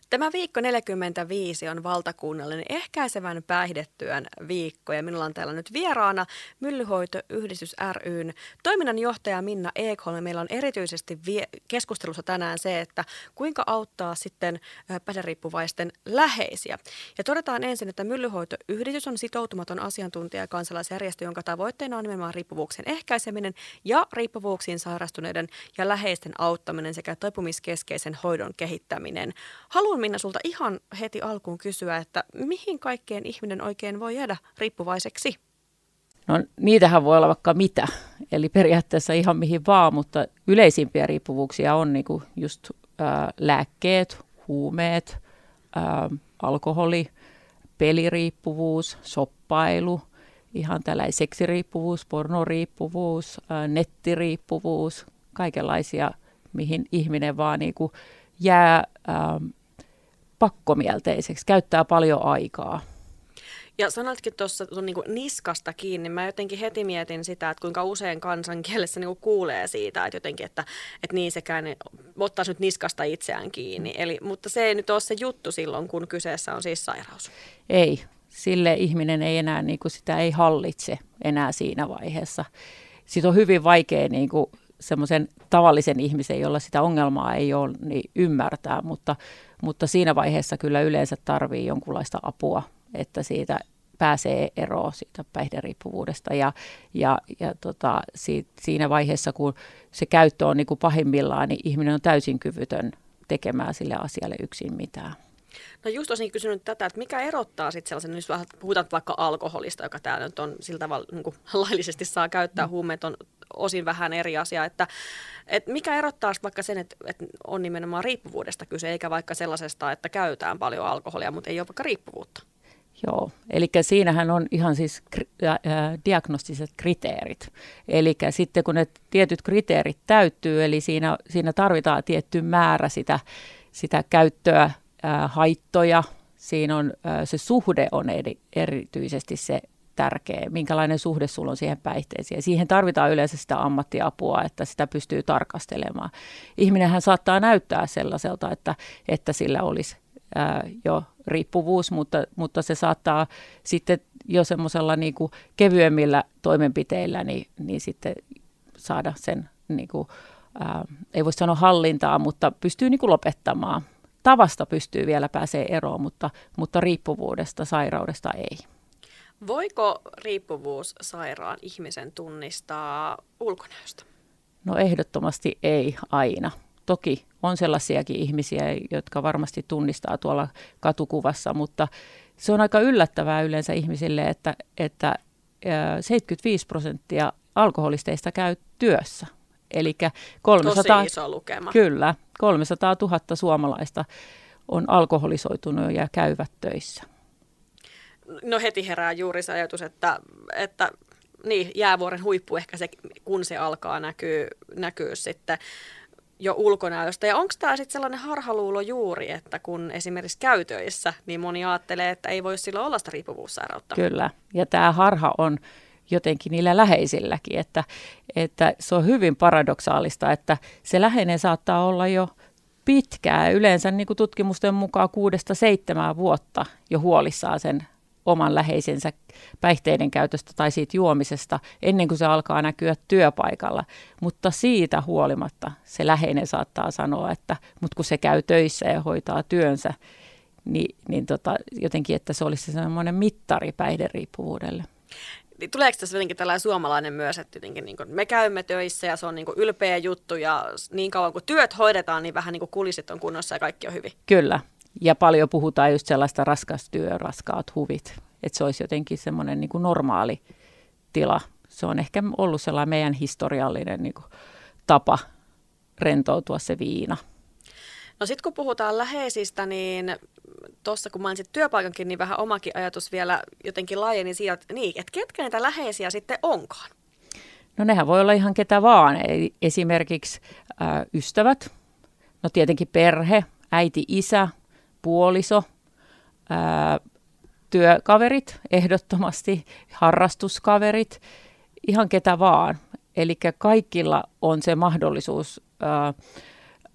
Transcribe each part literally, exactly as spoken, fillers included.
Tämä viikko neljäkymmentäviisi on valtakunnallinen ehkäisevän päihdetyön viikko ja minulla on täällä nyt vieraana Myllyhoitoyhdistys ry:n toiminnanjohtaja Minna Ekholm. Meillä on erityisesti vie- keskustelussa tänään se, että kuinka auttaa sitten päihderiippuvaisten läheisiä. Ja todetaan ensin, että Myllyhoitoyhdistys on sitoutumaton asiantuntija- ja kansalaisjärjestö, jonka tavoitteena on nimenomaan riippuvuuksien ehkäiseminen ja riippuvuuksiin sairastuneiden ja läheisten auttaminen sekä toipumiskeskeisen hoidon kehittäminen. Haluan Minna sulta ihan heti alkuun kysyä, että mihin kaikkeen ihminen oikein voi jäädä riippuvaiseksi? No niitähän voi olla vaikka mitä, eli periaatteessa ihan mihin vaan, mutta yleisimpiä riippuvuuksia on niinku just ää, lääkkeet, huumeet, ää, alkoholi, peliriippuvuus, shoppailu, ihan tällainen seksiriippuvuus, pornoriippuvuus, ää, nettiriippuvuus, kaikenlaisia, mihin ihminen vaan niinku jää ää, pakkomielteiseksi, käyttää paljon aikaa. Ja sanoitkin tuossa niin niskasta kiinni, mä jotenkin heti mietin sitä, että kuinka usein kansankielessä niin kuulee siitä, että jotenkin, että, että niin sekään ottaisi nyt niskasta itseään kiinni. Eli, mutta se ei nyt ole se juttu silloin, kun kyseessä on siis sairaus. Ei, sille ihminen ei enää, niin kuin sitä ei hallitse enää siinä vaiheessa. Sitten on hyvin vaikea niin kuin semmoisen tavallisen ihmisen, jolla sitä ongelmaa ei ole, niin ymmärtää, mutta, mutta siinä vaiheessa kyllä yleensä tarvii jonkunlaista apua, että siitä pääsee eroon siitä päihderiippuvuudesta ja, ja, ja tota, siitä, siinä vaiheessa, kun se käyttö on niin kuin pahimmillaan, niin ihminen on täysin kyvytön tekemään sille asialle yksin mitään. No just olisin kysynyt tätä, että mikä erottaa sitten sellaisen, jos puhutaan vaikka alkoholista, joka täällä nyt on sillä tavalla niin kuin laillisesti saa käyttää, mm. huumeet on osin vähän eri asia, että, että mikä erottaa vaikka sen, että, että on nimenomaan riippuvuudesta kyse, eikä vaikka sellaisesta, että käytetään paljon alkoholia, mutta ei ole vaikka riippuvuutta. Joo, eli siinähän on ihan siis äh, diagnostiset kriteerit. Eli sitten kun ne tietyt kriteerit täyttyy, eli siinä, siinä tarvitaan tietty määrä sitä, sitä käyttöä, äh, haittoja, siinä on äh, se suhde on eri, erityisesti se tärkeä, minkälainen suhde sulla on siihen päihteeseen. Ja siihen tarvitaan yleensä sitä ammattiapua, että sitä pystyy tarkastelemaan. Ihminenhän saattaa näyttää sellaiselta, että, että sillä olisi ää, jo riippuvuus, mutta, mutta se saattaa sitten jo semmoisella niin kuin kevyemmillä toimenpiteillä niin, niin sitten saada sen, niin kuin, ää, ei voi sanoa hallintaa, mutta pystyy niin kuin lopettamaan. Tavasta pystyy vielä pääsee eroon, mutta, mutta riippuvuudesta, sairaudesta ei. Voiko riippuvuussairaan ihmisen tunnistaa ulkonäöstä? No ehdottomasti ei aina. Toki on sellaisiakin ihmisiä, jotka varmasti tunnistaa tuolla katukuvassa, mutta se on aika yllättävää yleensä ihmisille, että, että seitsemänkymmentäviisi prosenttia alkoholisteista käy työssä. Eli kolmesataa, tosi iso lukema. Kyllä, kolmesataatuhatta suomalaista on alkoholisoitunut ja käyvät töissä. No heti herää juuri se ajatus, että, että niin, jäävuoren huippu ehkä se, kun se alkaa näkyy, näkyy sitten jo ulkonäöstä. Ja onko tämä sitten sellainen harhaluulo juuri, että kun esimerkiksi käy töissä, niin moni ajattelee, että ei voi silloin olla sitä riippuvuussairautta? Kyllä, ja tämä harha on jotenkin niillä läheisilläkin, että, että se on hyvin paradoksaalista, että se läheinen saattaa olla jo pitkään, yleensä niin kuin tutkimusten mukaan kuudesta seitsemään vuotta jo huolissaan sen oman läheisensä päihteiden käytöstä tai siitä juomisesta ennen kuin se alkaa näkyä työpaikalla. Mutta siitä huolimatta se läheinen saattaa sanoa, että mut kun se käy töissä ja hoitaa työnsä, niin, niin tota, jotenkin, että se olisi sellainen mittari päihderiippuvuudelle. Tuleeko tässä jotenkin tällainen suomalainen myös, että jotenkin niin kuin me käymme töissä ja se on niin kuin ylpeä juttu ja niin kauan kuin työt hoidetaan, niin vähän niin kuin kulissit on kunnossa ja kaikki on hyvin? Kyllä. Ja paljon puhutaan just sellaista raskas työ, raskaat huvit, että se olisi jotenkin semmoinen niin kuin normaali tila. Se on ehkä ollut sellainen meidän historiallinen niin kuin tapa rentoutua se viina. No sitten kun puhutaan läheisistä, niin tuossa kun mainitsit työpaikankin, niin vähän omakin ajatus vielä jotenkin laajeni siitä, että, niin, että ketkä niitä läheisiä sitten onkaan? No nehän voi olla ihan ketä vaan, eli esimerkiksi äh, ystävät, no tietenkin perhe, äiti, isä, puoliso, ää, työkaverit, ehdottomasti harrastuskaverit, ihan ketä vaan. Eli kaikilla on se mahdollisuus ää,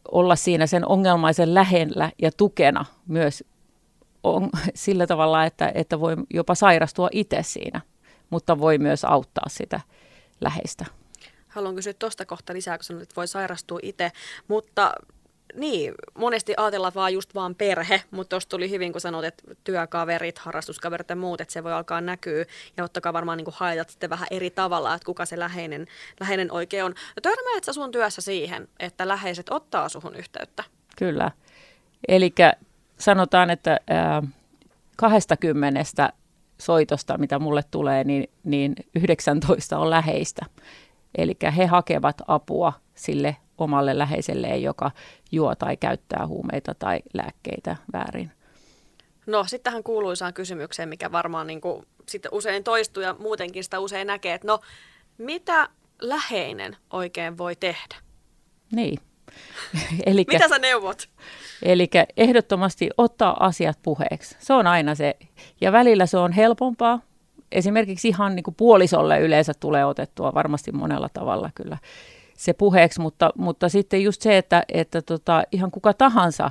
olla siinä sen ongelmaisen lähellä ja tukena myös on, sillä tavalla, että, että voi jopa sairastua itse siinä, mutta voi myös auttaa sitä läheistä. Haluan kysyä tuosta kohta lisää, kun sanoit, että voi sairastua itse, mutta niin, monesti ajatellaan vaan just vaan perhe, mutta tuossa tuli hyvin, kun sanoit, että työkaverit, harrastuskaverit ja muut, että se voi alkaa näkyä ja ottakaa varmaan niin kuin haitat sitten vähän eri tavalla, että kuka se läheinen, läheinen oikein on. No törmäät sä sun työssä siihen, että läheiset ottaa suhun yhteyttä? Kyllä. Eli sanotaan, että ää, kaksikymmentä soitosta, mitä mulle tulee, niin, niin yhdeksäntoista on läheistä. Eli he hakevat apua sille omalle läheiselleen, joka juo tai käyttää huumeita tai lääkkeitä väärin. No sitten tähän kuuluisaan kysymykseen, mikä varmaan niin kuin, sitten usein toistuu ja muutenkin sitä usein näkee, että no mitä läheinen oikein voi tehdä? Niin. Elikkä, mitä sä neuvot? Eli ehdottomasti ottaa asiat puheeksi. Se on aina se. Ja välillä se on helpompaa. Esimerkiksi ihan niin kuin puolisolle yleensä tulee otettua varmasti monella tavalla kyllä se puheeksi, mutta, mutta sitten just se, että, että tota, ihan kuka tahansa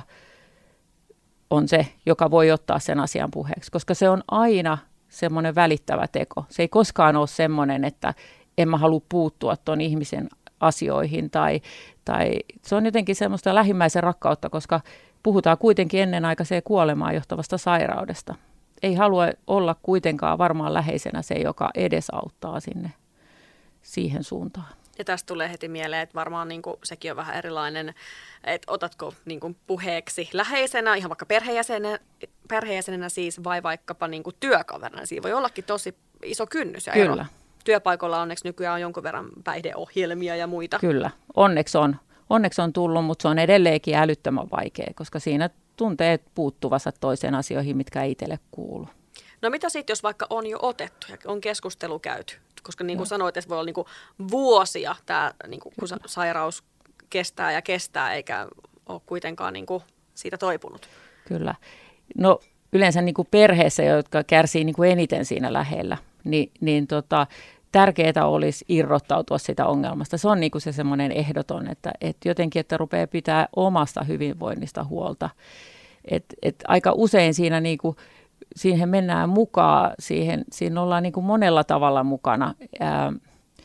on se, joka voi ottaa sen asian puheeksi, koska se on aina semmoinen välittävä teko. Se ei koskaan ole semmoinen, että en mä halua puuttua ton ihmisen asioihin tai, tai se on jotenkin semmoista lähimmäisen rakkautta, koska puhutaan kuitenkin ennenaikaiseen kuolemaan johtavasta sairaudesta. Ei halua olla kuitenkaan varmaan läheisenä se, joka edesauttaa sinne siihen suuntaan. Ja tästä tulee heti mieleen, että varmaan niin kuin, sekin on vähän erilainen, että otatko niin kuin, puheeksi läheisenä, ihan vaikka perheenjäsenenä, perheenjäsenenä siis, vai vaikkapa niin kuin, työkaverina. Siinä voi ollakin tosi iso kynnys ja ero. Kyllä. Työpaikoilla onneksi nykyään on jonkun verran päihdeohjelmia ja muita. Kyllä, onneksi on. Onneksi on tullut, mutta se on edelleenkin älyttömän vaikea, koska siinä tuntee puuttuvansa toiseen asioihin, mitkä ei itselle kuulu. No mitä sitten, jos vaikka on jo otettu ja on keskustelu käyty? Koska niin kuin sanoit, että voi olla niin kuin vuosia tämä niin kuin, kun sairaus kestää ja kestää, eikä ole kuitenkaan niin kuin siitä toipunut. Kyllä. No yleensä niin kuin perheessä, jotka kärsii niin kuin eniten siinä lähellä, niin, niin tota, tärkeää olisi irrottautua sitä ongelmasta. Se on niin kuin se semmoinen ehdoton, että, että jotenkin, että rupeaa pitää omasta hyvinvoinnista huolta. Et, et aika usein siinä niin kuin siihen mennään mukaan, siihen, siinä ollaan niin kuin monella tavalla mukana. Ää,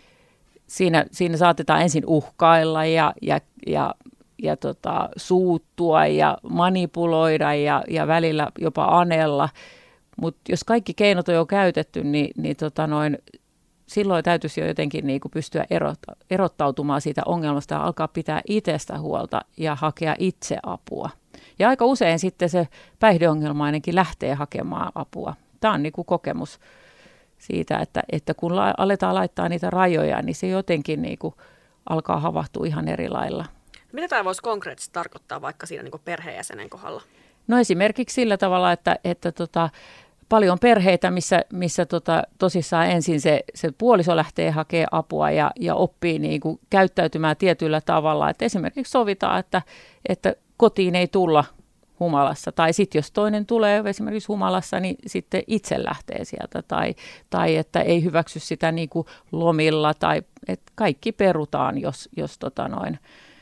siinä, siinä saatetaan ensin uhkailla ja, ja, ja, ja tota, suuttua ja manipuloida ja, ja välillä jopa anella. Mutta jos kaikki keinot on jo käytetty, niin, niin tota noin, silloin täytyisi jo jotenkin niin kuin pystyä erotta, erottautumaan siitä ongelmasta ja alkaa pitää itsestä huolta ja hakea itse apua. Ja aika usein sitten se päihdeongelmainenkin lähtee hakemaan apua. Tämä on niin kuin kokemus siitä, että, että kun la- aletaan laittaa niitä rajoja, niin se jotenkin niin kuin alkaa havahtua ihan eri lailla. Mitä tämä voisi konkreettisesti tarkoittaa vaikka siinä niin kuin perheenjäsenen kohdalla? No esimerkiksi sillä tavalla, että, että tota, paljon perheitä, missä, missä tota, tosissaan ensin se, se puoliso lähtee hakemaan apua ja, ja oppii niin kuin käyttäytymään tietyllä tavalla. Että esimerkiksi sovitaan, että, että kotiin ei tulla humalassa. Tai sitten jos toinen tulee esimerkiksi humalassa, niin sitten itse lähtee sieltä. Tai, tai että ei hyväksy sitä niin kuin lomilla. Tai että kaikki perutaan, jos, jos tota noin,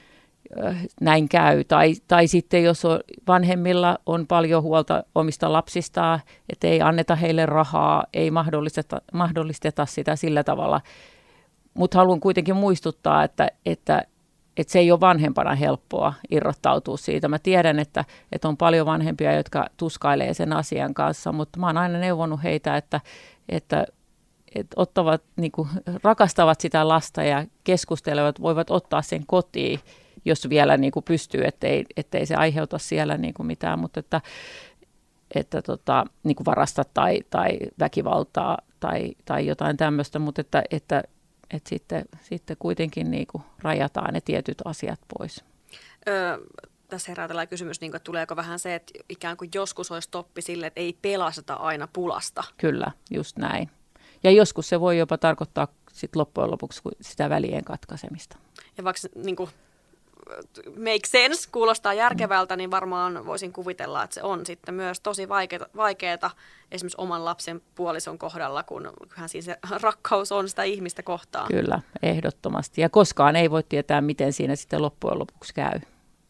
näin käy. Tai, tai sitten jos on, vanhemmilla on paljon huolta omista lapsistaan, että ei anneta heille rahaa, ei mahdollisteta, mahdollisteta sitä sillä tavalla. Mutta haluan kuitenkin muistuttaa, että, että että se ei ole vanhempana helppoa irrottautua siitä. Mä tiedän, että, että on paljon vanhempia, jotka tuskailee sen asian kanssa, mutta mä oon aina neuvonut heitä, että, että, että ottavat, niin kuin, rakastavat sitä lasta ja keskustelevat, voivat ottaa sen kotiin, jos vielä niin kuin pystyy, ettei, ettei se aiheuta siellä niin kuin mitään, mutta että, että tota, niin kuin varasta tai, tai väkivaltaa tai, tai jotain tämmöistä, mutta että, että että sitten, sitten kuitenkin niin kuin rajataan ne tietyt asiat pois. Öö, tässä herää tällainen kysymys, niin kuin, että tuleeko vähän se, että ikään kuin joskus olisi stoppi sille, että ei pelasteta aina pulasta. Kyllä, just näin. Ja joskus se voi jopa tarkoittaa sit loppujen lopuksi sitä välien katkaisemista. Ja vaikka niin kuin, make sense, kuulostaa järkevältä, niin varmaan voisin kuvitella, että se on sitten myös tosi vaikeaa esimerkiksi oman lapsen puolison kohdalla, kun kyllähän siis se rakkaus on sitä ihmistä kohtaan. Kyllä, ehdottomasti. Ja koskaan ei voi tietää, miten siinä sitten loppujen lopuksi käy.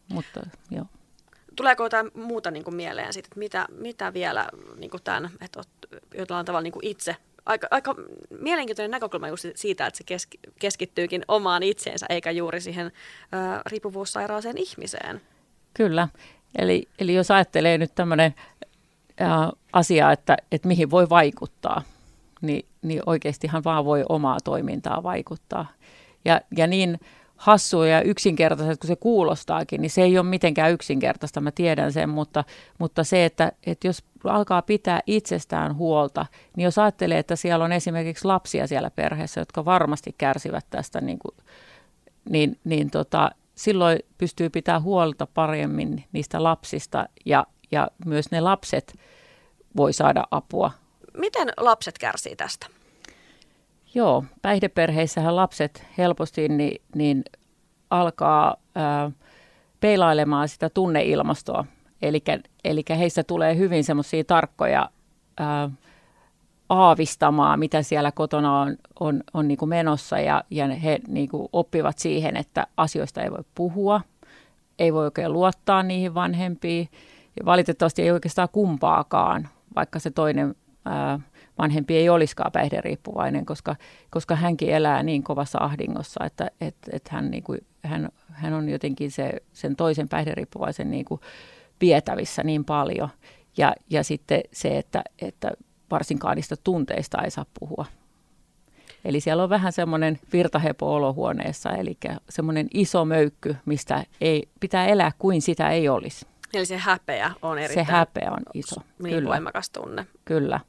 mutta joo. Tuleeko jotain muuta niin kuin mieleen siitä, että mitä, mitä vielä niin kuin tämän, että jollain tavalla niin kuin itse, aika, aika mielenkiintoinen näkökulma just siitä, että se keski, keskittyykin omaan itseensä eikä juuri siihen ää, riippuvuussairaaseen ihmiseen. Kyllä, eli, eli jos ajattelee nyt tämmöinen ää, asia, että, että mihin voi vaikuttaa, niin, niin oikeastihan vaan voi omaa toimintaa vaikuttaa. Ja, ja niin hassua ja yksinkertaisesti, kun se kuulostaakin, niin se ei ole mitenkään yksinkertaista, mä tiedän sen, mutta, mutta se, että, että jos alkaa pitää itsestään huolta, niin jos ajattelee, että siellä on esimerkiksi lapsia siellä perheessä, jotka varmasti kärsivät tästä, niin, kuin, niin, niin tota, silloin pystyy pitämään huolta paremmin niistä lapsista ja, ja myös ne lapset voi saada apua. Miten lapset kärsii tästä? Joo, päihdeperheissähän lapset helposti niin, niin alkaa ää, peilailemaan sitä tunneilmastoa. Eli heistä tulee hyvin semmoisia tarkkoja ää, aavistamaan, mitä siellä kotona on, on, on niin kuin menossa. Ja, ja he niin kuin oppivat siihen, että asioista ei voi puhua, ei voi oikein luottaa niihin vanhempiin. Ja valitettavasti ei oikeastaan kumpaakaan, vaikka se toinen ää, vanhempi ei olisikaan päihderiippuvainen, koska, koska hänkin elää niin kovassa ahdingossa, että et, et hän, niin kuin, hän, hän on jotenkin se, sen toisen päihderiippuvaisen niin kuin vietävissä niin paljon. Ja, ja sitten se, että, että varsinkaan niistä tunteista ei saa puhua. Eli siellä on vähän semmoinen virtahepo olohuoneessa, eli semmoinen iso möykky, mistä ei, pitää elää kuin sitä ei olisi. Eli se häpeä on erittäin se häpeä on iso. Niin Kyllä. Voimakas tunne. Kyllä.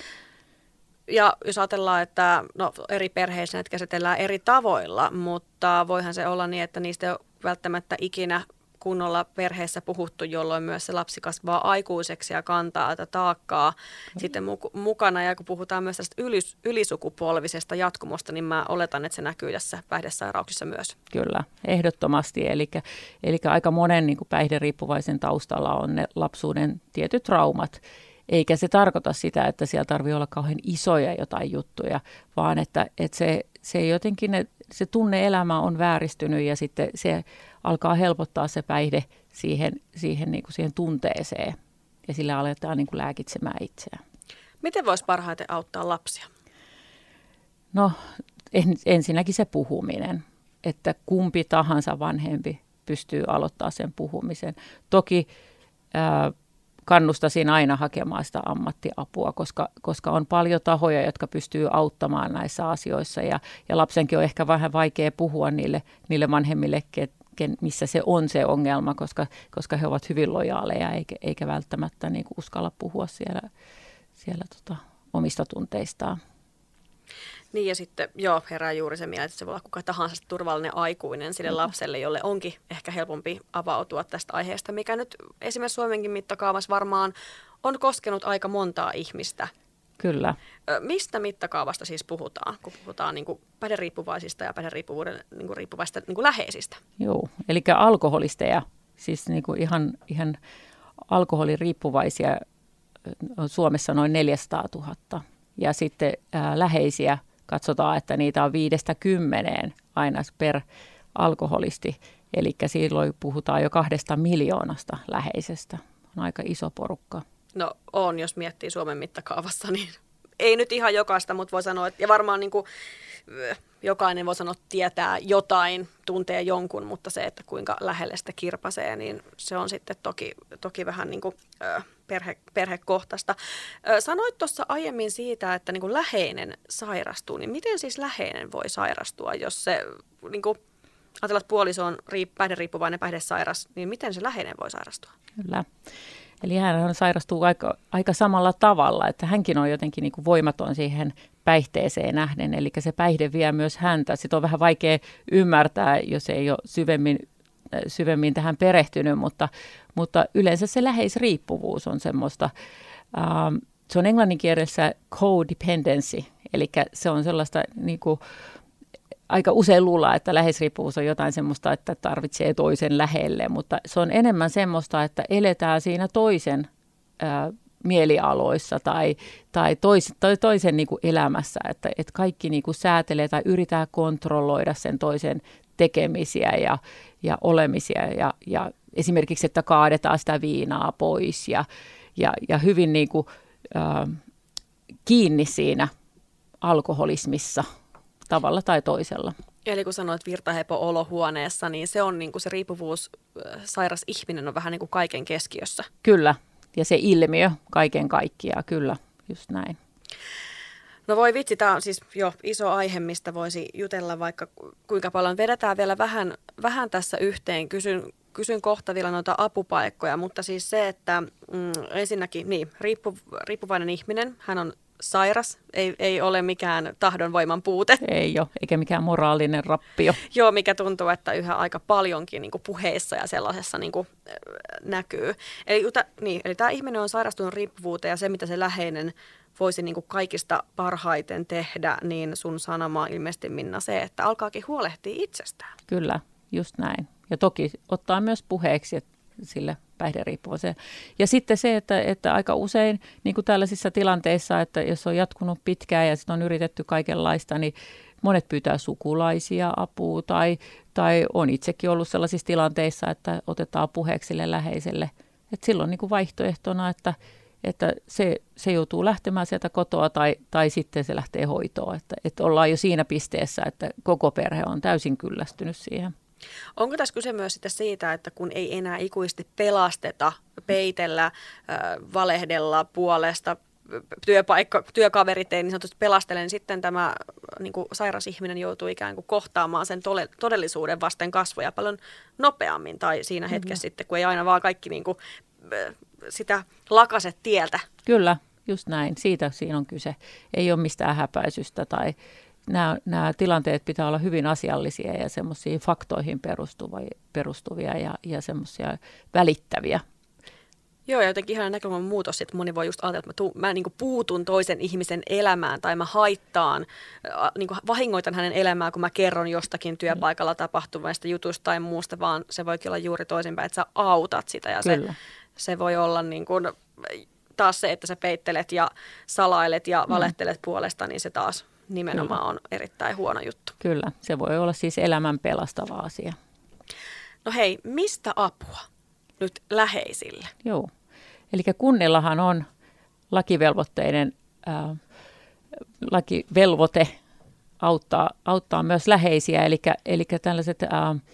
Ja jos ajatellaan, että no, eri perheissä näitä käsitellään eri tavoilla, mutta voihan se olla niin, että niistä ei ole välttämättä ikinä kunnolla perheessä puhuttu, jolloin myös se lapsi kasvaa aikuiseksi ja kantaa tätä taakkaa mm. sitten mu- mukana. Ja kun puhutaan myös tästä ylis- ylisukupolvisesta jatkumosta, niin mä oletan, että se näkyy tässä päihdesairauksissa myös. Kyllä, ehdottomasti. Eli, eli aika monen niin kuin päihderiippuvaisen taustalla on ne lapsuuden tietyt traumat. Eikä se tarkoita sitä, että siellä tarvitsee olla kauhean isoja jotain juttuja, vaan että, että se, se jotenkin, se tunne-elämä on vääristynyt ja sitten se alkaa helpottaa se päihde siihen, siihen, niin kuin siihen tunteeseen ja sillä aletaan niin kuin lääkitsemään itseään. Miten voisi parhaiten auttaa lapsia? No ensinnäkin se puhuminen, että kumpi tahansa vanhempi pystyy aloittamaan sen puhumisen. Toki ää, kannustaisin aina hakemaan sitä ammattiapua, koska, koska on paljon tahoja, jotka pystyy auttamaan näissä asioissa ja, ja lapsenkin on ehkä vähän vaikea puhua niille, niille vanhemmille, ken, missä se on se ongelma, koska, koska he ovat hyvin lojaaleja eikä, eikä välttämättä niin kuin uskalla puhua siellä, siellä tota, omista tunteistaan. Niin ja sitten joo, herää juuri se mieleen, että se voi olla kuka tahansa turvallinen aikuinen sille lapselle, jolle onkin ehkä helpompi avautua tästä aiheesta, mikä nyt esimerkiksi Suomenkin mittakaavassa varmaan on koskenut aika montaa ihmistä. Kyllä. Mistä mittakaavasta siis puhutaan, kun puhutaan niin kuin päihderiippuvaisista ja päihderiippuvuuden niin kuin riippuvaisista niin kuin läheisistä? Joo, eli alkoholisteja, siis niin kuin ihan, ihan alkoholiriippuvaisia on Suomessa noin neljäsataatuhatta ja sitten ää, läheisiä katsotaan, että niitä on viidestä kymmeneen aina per alkoholisti, eli silloin puhutaan jo kahdesta miljoonasta läheisestä. On aika iso porukka. No on, jos miettii Suomen mittakaavassa, niin ei nyt ihan jokaista, mutta voi sanoa, että ja varmaan niin kuin, jokainen voi sanoa, että tietää jotain, tuntee jonkun, mutta se, että kuinka lähelle sitä kirpasee, niin se on sitten toki, toki vähän niin kuin perhe, perhekohtaista. Sanoit tuossa aiemmin siitä, että niin kuin läheinen sairastuu, niin miten siis läheinen voi sairastua, jos se, niin kuin ajatellaan, että puoliso on päihderiippuvainen päihdesairas, niin miten se läheinen voi sairastua? Kyllä. Eli hän sairastuu aika, aika samalla tavalla, että hänkin on jotenkin niin kuin voimaton siihen päihteeseen nähden, eli se päihde vie myös häntä. Sitten on vähän vaikea ymmärtää, jos ei ole syvemmin, syvemmin tähän perehtynyt, mutta, mutta yleensä se läheisriippuvuus on semmoista, ähm, se on englanninkielessä codependency, eli se on sellaista niin kuin, aika usein luullaan, että läheisriippuvuus on jotain semmoista, että tarvitsee toisen lähelle, mutta se on enemmän semmoista, että eletään siinä toisen ää, mielialoissa tai, tai, tois, tai toisen niin kuin elämässä, että, että kaikki niin kuin säätelee tai yritetään kontrolloida sen toisen tekemisiä ja, ja olemisia ja, ja esimerkiksi, että kaadetaan sitä viinaa pois ja, ja, ja hyvin niin kuin, äh, kiinni siinä alkoholismissa tavalla tai toisella. Eli kun sanoit virtahepo olohuoneessa, niin se on niin kuin se riippuvuus, sairas ihminen on vähän niin kuin kaiken keskiössä. Kyllä, ja se ilmiö kaiken kaikkiaan, kyllä, just näin. No voi vitsi, tämä on siis jo iso aihe, mistä voisi jutella vaikka kuinka paljon. Vedetään vielä vähän, vähän tässä yhteen, kysyn, kysyn kohta vielä noita apupaikkoja, mutta siis se, että mm, ensinnäkin niin, riippu, riippuvainen ihminen, hän on sairas, ei, ei ole mikään tahdonvoiman puute. Ei ole, eikä mikään moraalinen rappio. Joo, mikä tuntuu, että yhä aika paljonkin niin kuin puheissa ja sellaisessa niin kuin, äh, näkyy. Eli, niin, eli tämä ihminen on sairastunut riippuvuuteen ja se, mitä se läheinen voisi niin kuin kaikista parhaiten tehdä, niin sun sanoma ilmeisesti, Minna, se, että alkaakin huolehtia itsestään. Kyllä, just näin. Ja toki ottaa myös puheeksi että sille päihderiippuvaiseen. Ja sitten se, että, että aika usein niin kuin tällaisissa tilanteissa, että jos on jatkunut pitkään ja sitten on yritetty kaikenlaista, niin monet pyytää sukulaisia apua tai, tai on itsekin ollut sellaisissa tilanteissa, että otetaan puheeksi sille läheiselle. Että silloin niin kuin vaihtoehtona, että että se, se joutuu lähtemään sieltä kotoa tai, tai sitten se lähtee hoitoon. Että, että ollaan jo siinä pisteessä, että koko perhe on täysin kyllästynyt siihen. Onko tässä kyse myös sitten siitä, että kun ei enää ikuisesti pelasteta, peitellä, äh, valehdella puolesta, työpaikka, työkaverit ei niin sanotusti pelastele, niin sitten tämä äh, niin kuin sairas ihminen joutuu ikään kuin kohtaamaan sen tole, todellisuuden vasten kasvoja paljon nopeammin tai siinä hetkessä mm-hmm. sitten, kun ei aina vaan kaikki niin kuin, äh, sitä lakaset tieltä. Kyllä, just näin. Siitä siinä on kyse. Ei ole mistään häpäisystä tai nämä, nämä tilanteet pitää olla hyvin asiallisia ja semmoisia faktoihin perustuvia, perustuvia ja, ja semmoisia välittäviä. Joo, ja jotenkin ihan näkökulman muutos, että moni voi just ajatella, että mä, tuun, mä niin kuin puutun toisen ihmisen elämään tai mä haittaan, niin kuin vahingoitan hänen elämää, kun mä kerron jostakin työpaikalla tapahtuvasta jutusta tai muusta, vaan se voikin olla juuri toisinpäin, että sä autat sitä ja se, se voi olla niin kuin, taas se, että sä peittelet ja salailet ja valehtelet mm. puolesta, niin se taas nimenomaan Kyllä. on erittäin huono juttu. Kyllä, se voi olla siis elämän pelastava asia. No hei, mistä apua nyt läheisille? Joo, eli kunnillahan on lakivelvoitteinen äh, lakivelvoite auttaa, auttaa myös läheisiä, eli, eli tällaiset äh,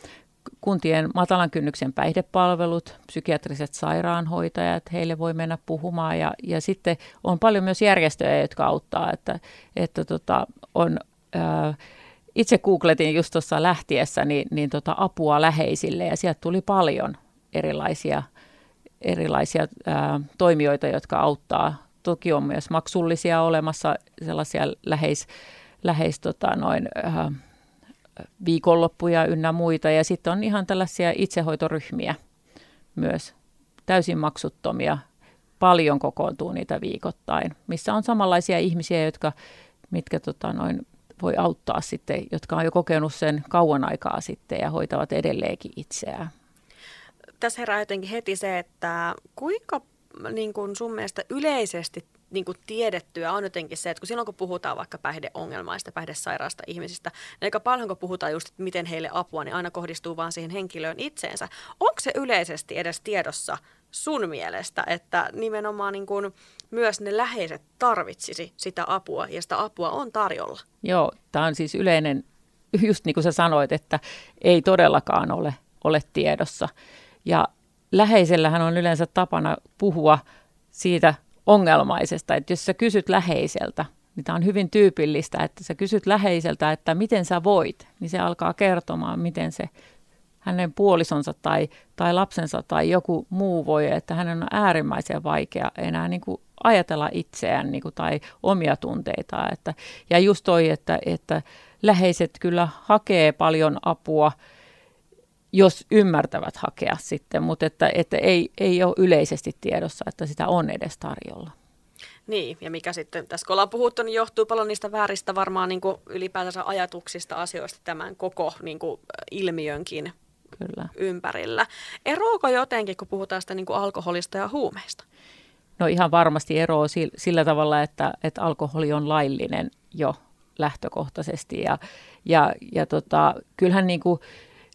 kuntien matalan kynnyksen päihdepalvelut, psykiatriset sairaanhoitajat, heille voi mennä puhumaan ja, ja sitten on paljon myös järjestöjä, jotka auttaa, että, että tota, on, ää, itse googletin just tuossa lähtiessä niin, niin tota apua läheisille ja sieltä tuli paljon erilaisia, erilaisia ää, toimijoita, jotka auttaa. Toki on myös maksullisia olemassa sellaisia läheis, läheis tota, noin, ää, viikonloppuja ynnä muita ja sitten on ihan tällaisia itsehoitoryhmiä myös, täysin maksuttomia, paljon kokoontuu niitä viikoittain, missä on samanlaisia ihmisiä, jotka, mitkä tota, noin, voi auttaa sitten, jotka on jo kokenut sen kauan aikaa sitten ja hoitavat edelleenkin itseään. Tässä herää jotenkin heti se, että kuinka niin kun sun mielestä yleisesti niin kuin tiedettyä on jotenkin se, että kun silloin kun puhutaan vaikka päihdeongelmaista, päihdesairaasta ihmisistä, niin aika paljon kun puhutaan just, että miten heille apua, niin aina kohdistuu vaan siihen henkilöön itseensä. Onko se yleisesti edes tiedossa sun mielestä, että nimenomaan niin kuin myös ne läheiset tarvitsisi sitä apua ja sitä apua on tarjolla? Joo, tämä on siis yleinen, just niin kuin sä sanoit, että ei todellakaan ole, ole tiedossa. Ja läheisellähän on yleensä tapana puhua siitä ongelmaisesta, että jos sä kysyt läheiseltä, niin tämä on hyvin tyypillistä, että sä kysyt läheiseltä, että miten sä voit, niin se alkaa kertomaan, miten se hänen puolisonsa tai, tai lapsensa tai joku muu voi, että hänen on äärimmäisen vaikea enää niin kuin ajatella itseään niin kuin, tai omia tunteitaan. Että, ja just toi, että, että läheiset kyllä hakee paljon apua, jos ymmärtävät hakea sitten, mutta että, että ei, ei ole yleisesti tiedossa, että sitä on edes tarjolla. Niin, ja mikä sitten, tässä kun ollaan puhuttu, niin johtuu paljon niistä vääristä varmaan niin kuin ylipäätänsä ajatuksista, asioista tämän koko niin kuin ilmiönkin Kyllä. ympärillä. Eroako jotenkin, kun puhutaan sitä niin kuin alkoholista ja huumeista? No ihan varmasti eroaa sillä tavalla, että, että alkoholi on laillinen jo lähtökohtaisesti, ja, ja, ja tota, kyllähän niin kuin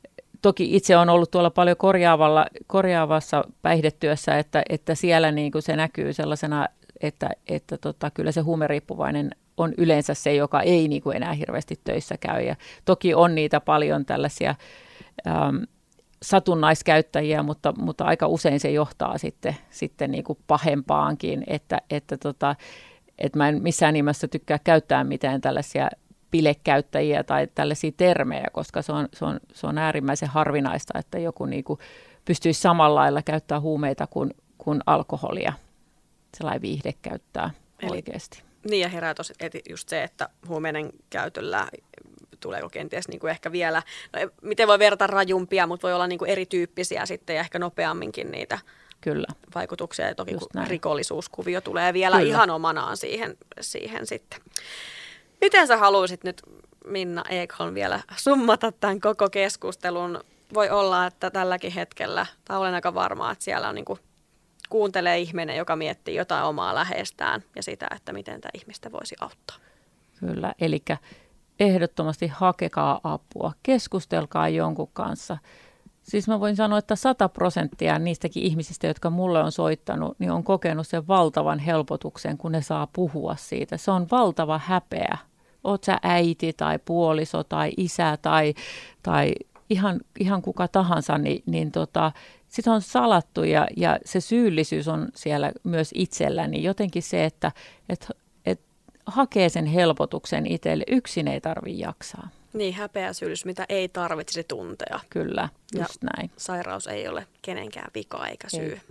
toki itse on ollut tuolla paljon korjaavalla, korjaavassa päihdetyössä, että, että siellä niin kuin se näkyy sellaisena, että, että tota, kyllä se huumeriippuvainen on yleensä se, joka ei niin kuin enää hirveästi töissä käy. Ja toki on niitä paljon tällaisia äm, satunnaiskäyttäjiä, mutta, mutta aika usein se johtaa sitten, sitten niin kuin pahempaankin, että, että, tota, että mä en missään nimessä tykkää käyttää mitään tällaisia bilekäyttäjiä tai tällaisia termejä, koska se on, se on, se on äärimmäisen harvinaista, että joku niin kuin pystyisi samalla lailla käyttää huumeita kuin, kuin alkoholia. Sellainen viihde käyttää Eli, oikeasti. Niin ja herää tosi just se, että huumeiden käytöllä tuleeko kenties niin kuin ehkä vielä, no, miten voi verrata rajumpia, mutta voi olla niin kuin erityyppisiä sitten ja ehkä nopeamminkin niitä Kyllä. vaikutuksia. Ja toki rikollisuuskuvio tulee vielä Kyllä. ihan omanaan siihen, siihen sitten. Miten sä haluaisit nyt, Minna Ekholm, vielä summata tämän koko keskustelun? Voi olla, että tälläkin hetkellä, tai olen aika varma, että siellä on niin kuin, kuuntelee ihminen, joka miettii jotain omaa läheistään ja sitä, että miten tämä ihmistä voisi auttaa. Kyllä, eli ehdottomasti hakekaa apua, keskustelkaa jonkun kanssa. Siis mä voin sanoa, että sata prosenttia niistäkin ihmisistä, jotka mulle on soittanut, niin on kokenut sen valtavan helpotuksen, kun ne saa puhua siitä. Se on valtava häpeä. Oot sä äiti tai puoliso tai isä tai, tai ihan, ihan kuka tahansa, niin, niin tota, sit on salattu ja, ja se syyllisyys on siellä myös itselläni. Jotenkin se, että et, et hakee sen helpotuksen itselle. Yksin ei tarvitse jaksaa. Niin, häpeä syyllisyys, mitä ei tarvitsisi tuntea. Kyllä, just ja näin. Sairaus ei ole kenenkään vika eikä syy. Ei.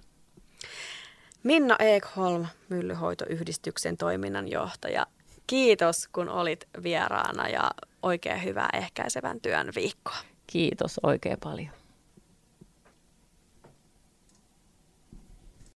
Minna Ekholm, Myllyhoitoyhdistyksen toiminnanjohtaja. Kiitos, kun olit vieraana ja oikein hyvää ehkäisevän työn viikkoa. Kiitos oikein paljon.